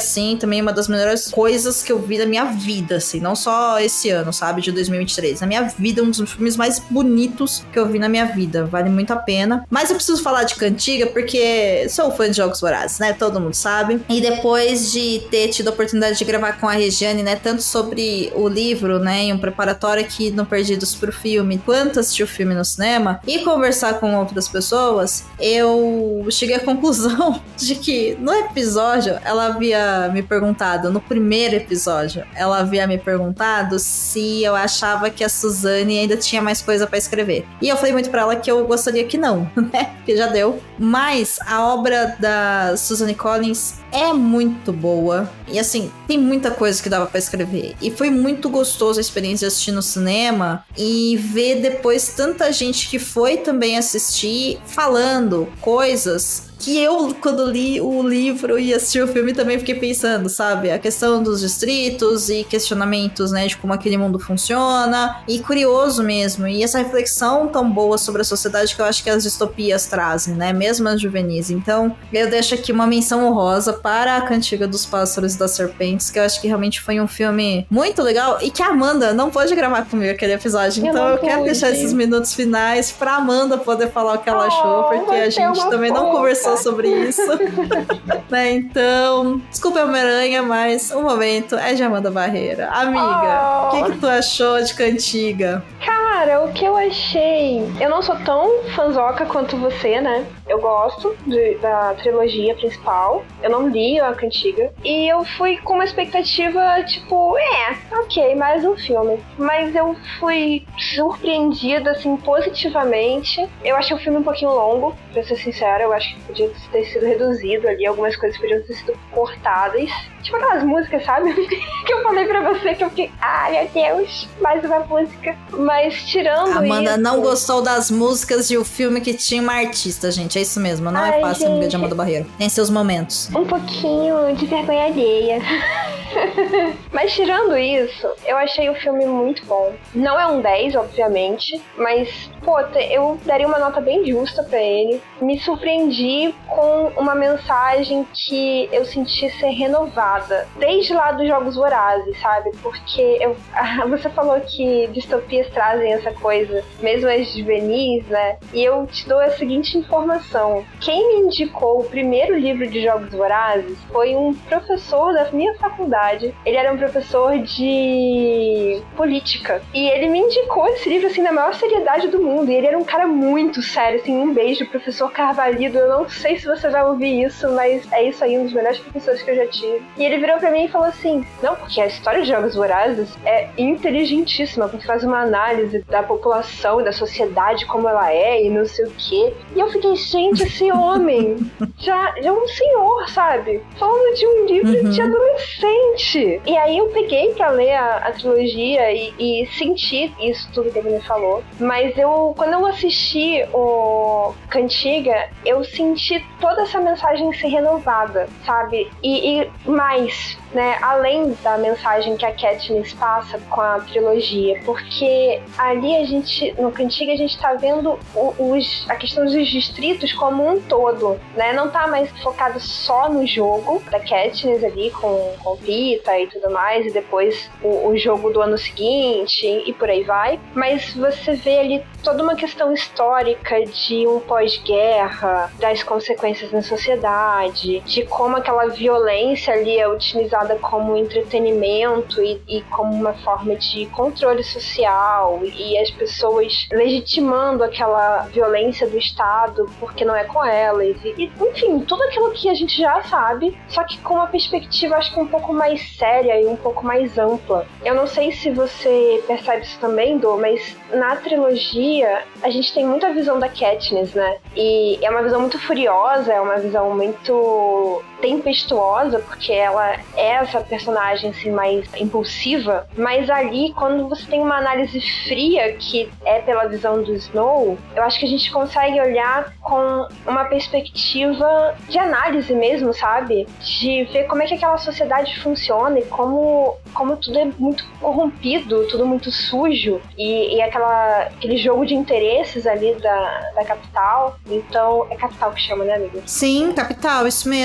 assim, também uma das melhores coisas que eu vi na minha vida, assim, não só esse ano, sabe, de dois mil e vinte e três. Na minha vida, um dos filmes mais bonitos que eu vi na minha vida. Vale muito a pena. Mas eu preciso falar de Cantiga porque sou fã de Jogos Vorazes, né? Todo mundo sabe. E depois de ter tido a oportunidade de gravar com a Regiane, né, tanto sobre o livro, né, em um preparatório aqui no Perdidos pro Filme, quanto assistir o filme no cinema, e conversar com outras pessoas, eu cheguei à conclusão de que no episódio, ela havia me perguntado, no primeiro episódio, ela havia me perguntado se eu achava que a Suzane ainda tinha mais coisa pra escrever. E eu falei muito pra ela que eu gostaria que não, né? Porque já deu. Mas a obra da Suzanne Collins é muito boa. E assim, tem muita coisa que dava pra escrever. E foi muito gostoso a experiência de assistir no cinema e ver depois tanta gente que foi também assistir falando coisas que eu, quando li o livro e assisti o filme, também fiquei pensando, sabe? A questão dos distritos e questionamentos, né, de como aquele mundo funciona. E curioso mesmo. E essa reflexão tão boa sobre a sociedade que eu acho que as distopias trazem, né? Mesmo as juvenis. Então, eu deixo aqui uma menção honrosa para a Cantiga dos Pássaros e das Serpentes, que eu acho que realmente foi um filme muito legal e que a Amanda não pôde gravar comigo aquele episódio. Eu então, eu quero pude. deixar esses minutos finais pra Amanda poder falar o que ela oh, achou, porque a gente também fofa. não conversou sobre isso. Né? Então, desculpa Homem-Aranha, mas o momento é de Amanda Barreira. Amiga, o oh. que, que tu achou de Cantiga? Cara, o que eu achei... Eu não sou tão fanzoca quanto você, né? Eu gosto de, da trilogia principal. Eu não li a Cantiga. E eu fui com uma expectativa, tipo, é, ok, mais um filme. Mas eu fui surpreendida, assim, positivamente. Eu achei o filme um pouquinho longo, pra ser sincera. Eu acho que podia ter sido reduzido ali. Algumas coisas podiam ter sido cortadas. Tipo aquelas músicas, sabe? Que eu falei pra você que eu fiquei, ai, meu Deus, mais uma música. Mas tirando isso... Amanda não gostou das músicas de um filme que tinha uma artista, gente. É isso mesmo, não ai, é fácil amiga de Amanda Barreira. Tem seus momentos. Um pouquinho de vergonha alheia. Mas tirando isso, eu achei o filme muito bom. Não é um dez, obviamente, mas, pô, eu daria uma nota bem justa pra ele. Me surpreendi com uma mensagem que eu senti ser renovada. Desde lá dos Jogos Vorazes, sabe? Porque eu, você falou que distopias trazem essa coisa, mesmo as juvenis, né? E eu te dou a seguinte informação. Quem me indicou o primeiro livro de Jogos Vorazes foi um professor da minha faculdade. Ele era um professor de política. E ele me indicou esse livro, assim, na maior seriedade do mundo. E ele era um cara muito sério, assim, um beijo, professor Carvalho. Eu não sei se você vai ouvir isso, mas é isso aí, um dos melhores professores que eu já tive. E ele virou pra mim e falou assim, não, porque a história de Jogos Vorazes é inteligentíssima, porque faz uma análise da população e da sociedade como ela é e não sei o quê. E eu fiquei, gente, esse homem já, já é um senhor, sabe? Falando de um livro uhum. de adolescente. E aí eu peguei pra ler a, a trilogia e, e senti isso tudo que ele me falou. Mas eu, quando eu assisti o Cantiga, eu senti toda essa mensagem ser renovada, sabe? E, e mais, né? Além da mensagem que a Katniss passa com a trilogia. Porque ali a gente, no Cantiga, a gente tá vendo os, a questão dos distritos como um todo, né? Não tá mais focado só no jogo da Katniss ali com, com Pita e tudo mais, e depois o, o jogo do ano seguinte e por aí vai, mas você vê ali toda uma questão histórica de um pós-guerra, das consequências na sociedade, de como aquela violência ali é utilizada como entretenimento e, e como uma forma de controle social, e as pessoas legitimando aquela violência do Estado porque não é com elas, e, enfim, tudo aquilo que a gente já sabe, só que com uma perspectiva acho que um pouco mais séria e um pouco mais ampla. Eu não sei se você percebe isso também, Dô, mas na trilogia a gente tem muita visão da Katniss, né? E é uma visão muito furiosa, é uma visão muito tempestuosa, porque ela é essa personagem assim mais impulsiva, mas ali quando você tem uma análise fria que é pela visão do Snow, eu acho que a gente consegue olhar com uma perspectiva de análise mesmo, sabe? De ver como é que aquela sociedade funciona e como, como tudo é muito corrompido, tudo muito sujo, e, e aquela, aquele jogo de interesses ali da, da capital. Então, é capital que chama, né, amiga? Sim, capital, isso mesmo.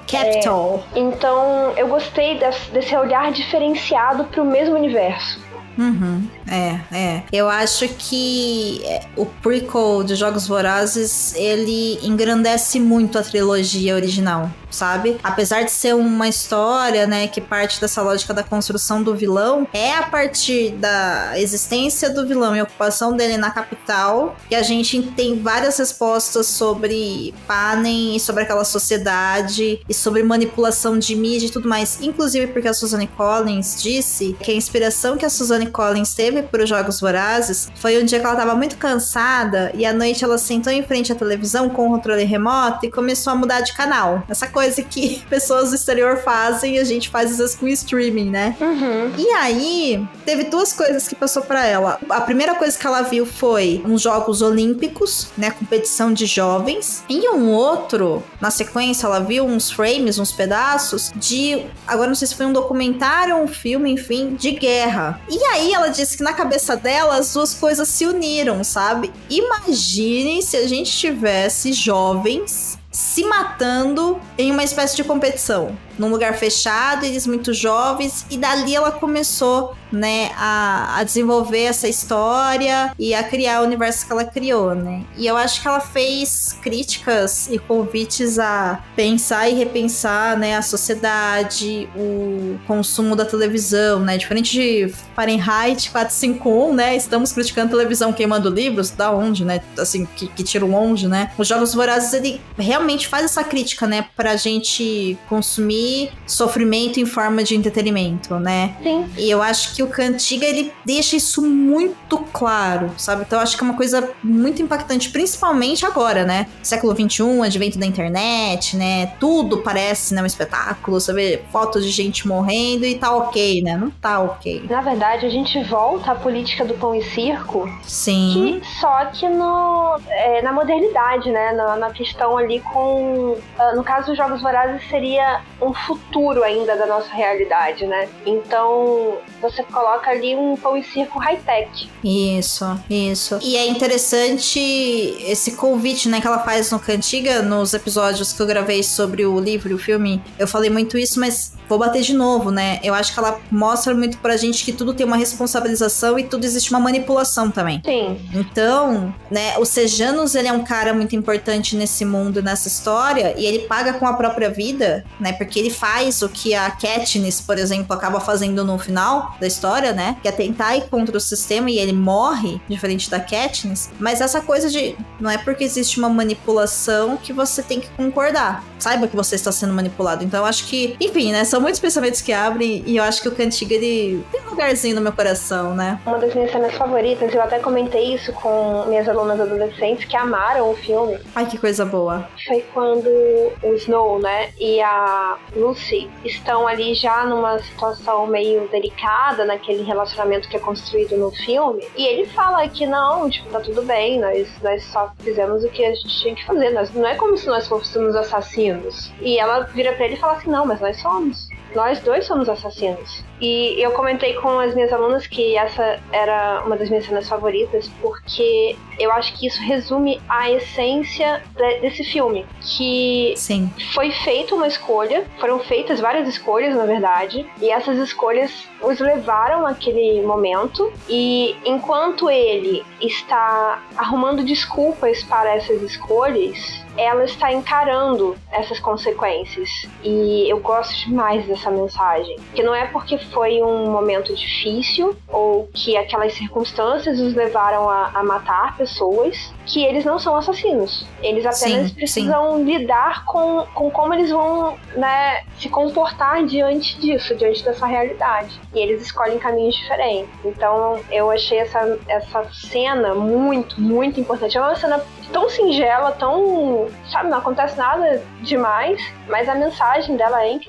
Capital. É, então, eu gostei desse, desse olhar diferenciado pro mesmo universo. Uhum, é, é. Eu acho que o prequel de Jogos Vorazes, ele engrandece muito a trilogia original, sabe? Apesar de ser uma história, né, que parte dessa lógica da construção do vilão, é a partir da existência do vilão e a ocupação dele na capital que a gente tem várias respostas sobre Panem e sobre aquela sociedade e sobre manipulação de mídia e tudo mais. Inclusive porque a Suzanne Collins disse que a inspiração que a Suzanne Collins teve para os Jogos Vorazes foi um dia que ela estava muito cansada e à noite ela sentou em frente à televisão com o controle remoto e começou a mudar de canal. Essa coisa que pessoas do exterior fazem e a gente faz às vezes com streaming, né? Uhum. E aí, teve duas coisas que passou para ela. A primeira coisa que ela viu foi uns Jogos Olímpicos, né? Competição de jovens. E um outro, na sequência, ela viu uns frames, uns pedaços de... Agora não sei se foi um documentário ou um filme, enfim, de guerra. E aí ela disse que na cabeça dela as duas coisas se uniram, sabe? Imagine se a gente tivesse jovens se matando em uma espécie de competição, num lugar fechado, eles muito jovens, e dali ela começou, né, a, a desenvolver essa história e a criar o universo que ela criou, né? E eu acho que ela fez críticas e convites a pensar e repensar, né, a sociedade, o consumo da televisão, né? Diferente de Fahrenheit quatrocentos e cinquenta e um, né? Estamos criticando televisão queimando livros, da onde, né? Assim, que, que tiro longe, né? Os Jogos Vorazes, ele realmente faz essa crítica, né, pra gente consumir sofrimento em forma de entretenimento, né? Sim. E eu acho que o Cantiga, ele deixa isso muito claro, sabe? Então eu acho que é uma coisa muito impactante, principalmente agora, né? Século vinte e um, advento da internet, né? Tudo parece, né, um espetáculo, sabe? Fotos de gente morrendo e tá ok, né? Não tá ok. Na verdade, a gente volta à política do pão e circo. Sim. Que, só que no, é, na modernidade, né? Na, na questão ali com... Uh, no caso dos Jogos Vorazes, seria um futuro ainda da nossa realidade, né? Então, você coloca ali um pão e circo high-tech. Isso, isso. E é interessante esse convite, né, que ela faz no Cantiga, nos episódios que eu gravei sobre o livro e o filme. Eu falei muito isso, mas vou bater de novo, né? Eu acho que ela mostra muito pra gente que tudo tem uma responsabilização e tudo existe uma manipulação também. Sim. Então, né, o Sejanus, ele é um cara muito importante nesse mundo, nessa história, e ele paga com a própria vida, né? Porque ele faz o que a Katniss, por exemplo, acaba fazendo no final da história, né? Que é tentar ir contra o sistema e ele morre, diferente da Katniss. Mas essa coisa de... Não é porque existe uma manipulação que você tem que concordar. Saiba que você está sendo manipulado. Então eu acho que... Enfim, né? São muitos pensamentos que abrem e eu acho que o Cantiga, ele tem um lugarzinho no meu coração, né? Uma das minhas cenas favoritas, eu até comentei isso com minhas alunas adolescentes que amaram o filme. Ai, que coisa boa. Foi quando o Snow, né? E a Lucy estão ali já numa situação meio delicada naquele relacionamento que é construído no filme, e ele fala que não, tipo, tá tudo bem, nós, nós só fizemos o que a gente tinha que fazer, nós, não é como se nós fôssemos assassinos. E ela vira pra ele e fala assim, não, mas nós somos. Nós dois somos assassinos. E eu comentei com as minhas alunas que essa era uma das minhas cenas favoritas, porque eu acho que isso resume a essência de, desse filme. Que Sim. Foi feita uma escolha, foram feitas várias escolhas, na verdade, e essas escolhas os levaram àquele momento, e enquanto ele está arrumando desculpas para essas escolhas, ela está encarando essas consequências. E eu gosto demais dessa mensagem. Que não é porque foi um momento difícil ou que aquelas circunstâncias os levaram a, a matar pessoas, que eles não são assassinos. Eles apenas sim, precisam sim. lidar com, com como eles vão, né, se comportar diante disso, diante dessa realidade. E eles escolhem caminhos diferentes. Então eu achei essa, essa cena muito, muito importante. É uma cena tão singela, tão... Sabe, não acontece nada demais, mas a mensagem dela é incrível.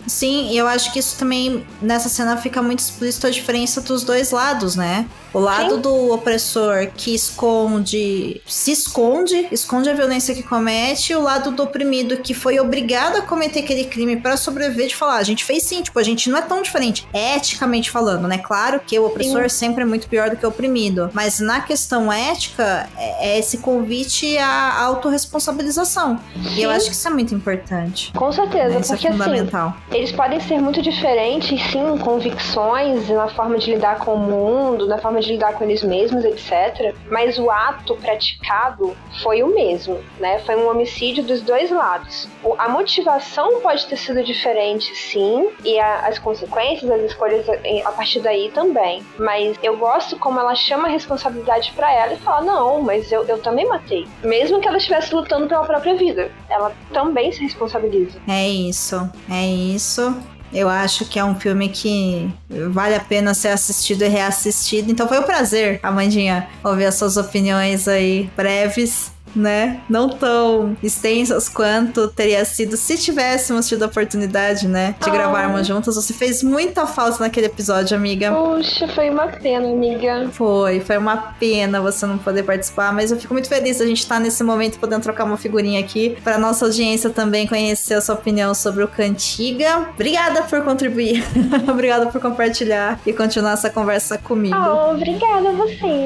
Sim, e eu acho que isso também, nessa cena, fica muito explícito a diferença dos dois lados, né? O lado Sim. do opressor que esconde, se esconde, esconde a violência que comete, e o lado do oprimido que foi obrigado a cometer aquele crime pra sobreviver, de falar, a gente fez sim, tipo, a gente não é tão diferente, eticamente falando, né? Claro que o opressor sim. sempre é muito pior do que o oprimido, mas na questão ética, é esse convite à autorresponsabilização. Sim. E eu acho que isso é muito importante. Com certeza, né? Isso porque é fundamental. Assim, eles podem ser muito diferentes, sim, em convicções, na forma de lidar com o mundo, na forma de lidar com eles mesmos, etcétera. Mas o ato praticado foi o mesmo, né? Foi um homicídio dos dois lados. A motivação pode ter sido diferente, sim, e a, as consequências, as escolhas a partir daí também. Mas eu gosto como ela chama a responsabilidade pra ela e fala, não, mas eu, eu também matei. Mesmo que ela estivesse lutando pela própria vida. Ela também se responsabiliza. É isso, é isso. Eu acho que é um filme que vale a pena ser assistido e reassistido. Então foi um prazer, Amandinha, ouvir as suas opiniões aí breves, né? Não tão extensas quanto teria sido se tivéssemos tido a oportunidade, né? De oh. gravarmos juntas. Você fez muita falta naquele episódio, amiga. Puxa, foi uma pena, amiga. Foi, foi uma pena você não poder participar, mas eu fico muito feliz de a gente estar nesse momento podendo trocar uma figurinha aqui pra nossa audiência também conhecer a sua opinião sobre o Cantiga. Obrigada por contribuir. Obrigada por compartilhar e continuar essa conversa comigo. Oh, obrigada a você.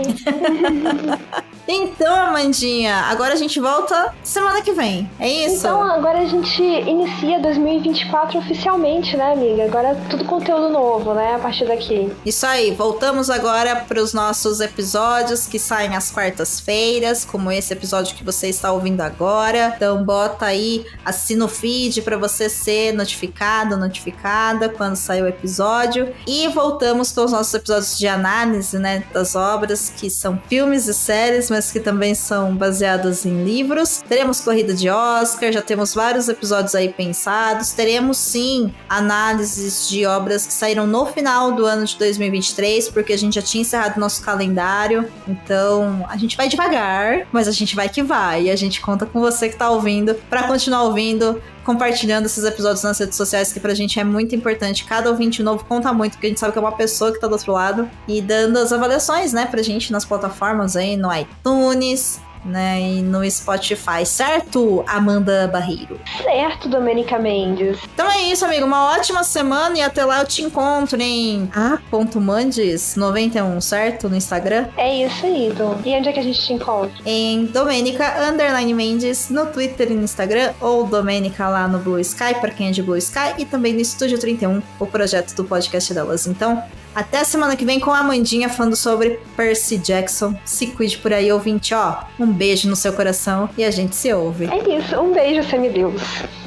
Então, Amandinha, agora a gente volta semana que vem, é isso? Então, agora a gente inicia dois mil e vinte e quatro oficialmente, né, amiga? Agora é tudo conteúdo novo, né, a partir daqui. Isso aí, voltamos agora para os nossos episódios que saem às quartas-feiras, como esse episódio que você está ouvindo agora. Então, bota aí, assina o feed para você ser notificado, notificada quando sair o episódio. E voltamos com os nossos episódios de análise, né, das obras, que são filmes e séries, mas que também são baseadas em livros. Teremos corrida de Oscar, já temos vários episódios aí pensados. Teremos sim análises de obras que saíram no final do ano de dois mil e vinte e três, porque a gente já tinha encerrado nosso calendário. Então a gente vai devagar, mas a gente vai que vai. E a gente conta com você que tá ouvindo para continuar ouvindo, compartilhando esses episódios nas redes sociais, que pra gente é muito importante. Cada ouvinte novo conta muito, porque a gente sabe que é uma pessoa que tá do outro lado. E dando as avaliações, né, pra gente nas plataformas aí, no iTunes, né, e no Spotify, certo, Amanda Barreiro? Certo, Domênica Mendes. Então é isso, amigo, uma ótima semana e até lá eu te encontro em a ponto mandes noventa e um, certo, no Instagram? É isso aí, Dom. E onde é que a gente te encontra? Em Domênica underline Mendes no Twitter e no Instagram, ou Domênica lá no Blue Sky, pra quem é de Blue Sky, e também no Estúdio trinta e um, o projeto do podcast delas. Então, até a semana que vem com a Amandinha falando sobre Percy Jackson. Se cuide por aí, ouvinte, ó. Um beijo no seu coração e a gente se ouve. É isso, um beijo, semideus.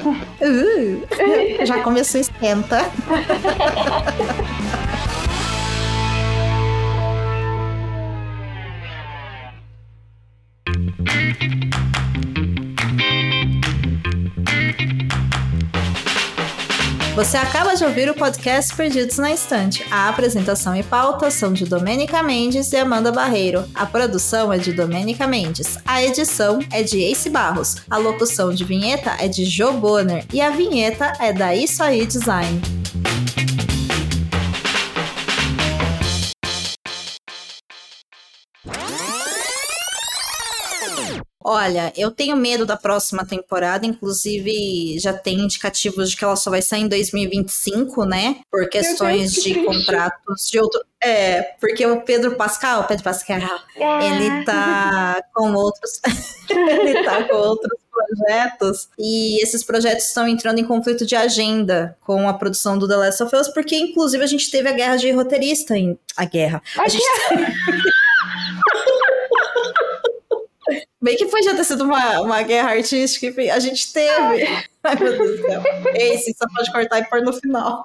Uh, já começou a esquenta. Você acaba de ouvir o podcast Perdidos na Estante. A apresentação e pauta são de Domênica Mendes e Amanda Barreiro. A produção é de Domênica Mendes. A edição é de Ace Barros. A locução de vinheta é de Jo Bonner. E a vinheta é da Isso Aí Design. Olha, eu tenho medo da próxima temporada, inclusive já tem indicativos de que ela só vai sair em dois mil e vinte e cinco, né? Por questões de contratos de outro... É, porque o Pedro Pascal, Pedro Pascal, ah. ele tá com outros... ele tá com outros projetos, e esses projetos estão entrando em conflito de agenda com a produção do The Last of Us, porque inclusive a gente teve a guerra de roteirista em... A guerra. A, a gente guerra. Bem que foi já ter sido uma, uma guerra artística, enfim, a gente teve. Ai, meu Deus do céu. Esse só pode cortar e pôr no final.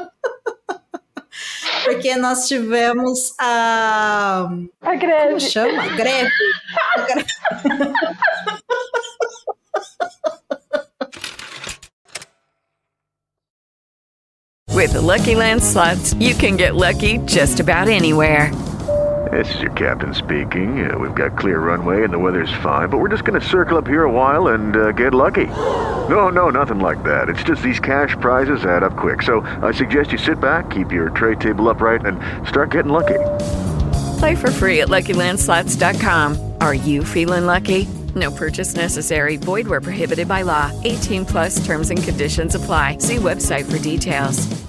Porque nós tivemos a... A greve. Como chama? Greve. A greve. With the Lucky Land Slots, you can get lucky just about anywhere. This is your captain speaking. Uh, we've got clear runway and the weather's fine, but we're just going to circle up here a while and uh, get lucky. No, no, nothing like that. It's just these cash prizes add up quick. So I suggest you sit back, keep your tray table upright, and start getting lucky. Play for free at Lucky Land Slots dot com. Are you feeling lucky? No purchase necessary. Void where prohibited by law. eighteen plus terms and conditions apply. See website for details.